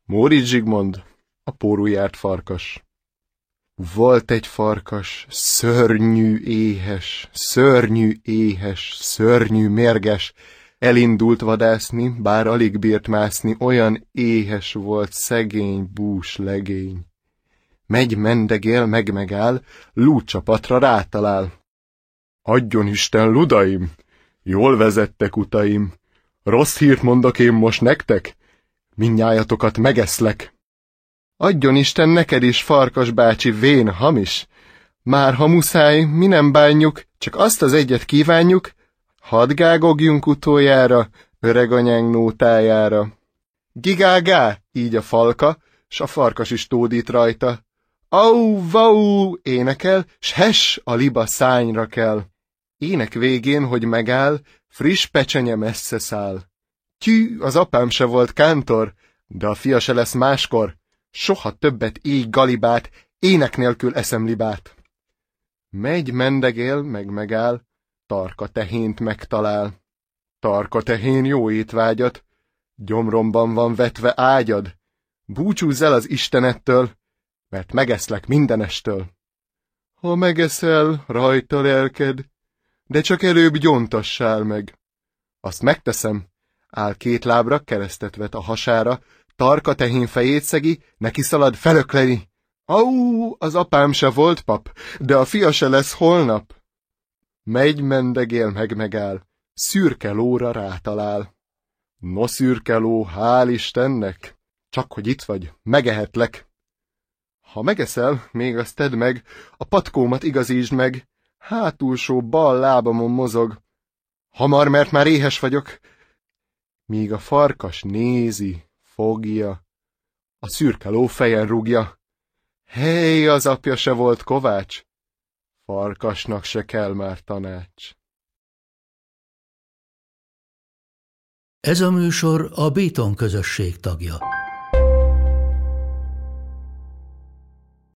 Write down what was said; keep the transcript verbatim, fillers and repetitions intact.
Móricz Zsigmond, a pórujjárt farkas. Volt egy farkas, szörnyű éhes, szörnyű éhes, szörnyű mérges, elindult vadászni, bár alig bírt mászni, olyan éhes volt szegény bús legény. Megy, mendegél, meg megáll, lúcsapatra rátalál. Adjon Isten, ludaim, jól vezettek utaim, rossz hírt mondok én most nektek, mindnyájatokat megeszlek. Adjon Isten neked is, farkas bácsi, vén hamis, már ha muszáj, mi nem bánjuk, csak azt az egyet kívánjuk, hadd gágogjunk utoljára, öreganyánk nótájára. Gigágá, így a falka, s a farkas is tódít rajta. Au, vau, énekel, s hes, a liba szányra kell. Ének végén, hogy megáll, friss pecsenye messze száll. Tyű, az apám se volt kántor, de a fia se lesz máskor. Soha többet éj galibát, ének nélkül eszem libát. Megy, mendegél, meg megáll, tarka tehént megtalál. Tarka tehén jó étvágyat, gyomromban van vetve ágyad. Búcsúzz el az Istenettől, mert megeszlek mindenestől. Ha megeszel, rajta lelked, de csak előbb gyontassál meg. Azt megteszem, áll két lábra, keresztet vet a hasára, tarka tehén fejét szegi, neki szalad felökleni. Au, az apám se volt pap, de a fia se lesz holnap. Megy, mendegél, meg megáll, szürke lóra rátalál. No, szürke ló, hál' Istennek, csak hogy itt vagy, megehetlek. Ha megeszel, még azt tedd meg, a patkómat igazítsd meg, hátulsó bal lábamon mozog. Hamar, mert már éhes vagyok. Míg a farkas nézi, fogja, a szürke ló fejen rúgja. Hely, az apja se volt kovács, farkasnak se kell már tanács. Ez a műsor a Béton közösség tagja.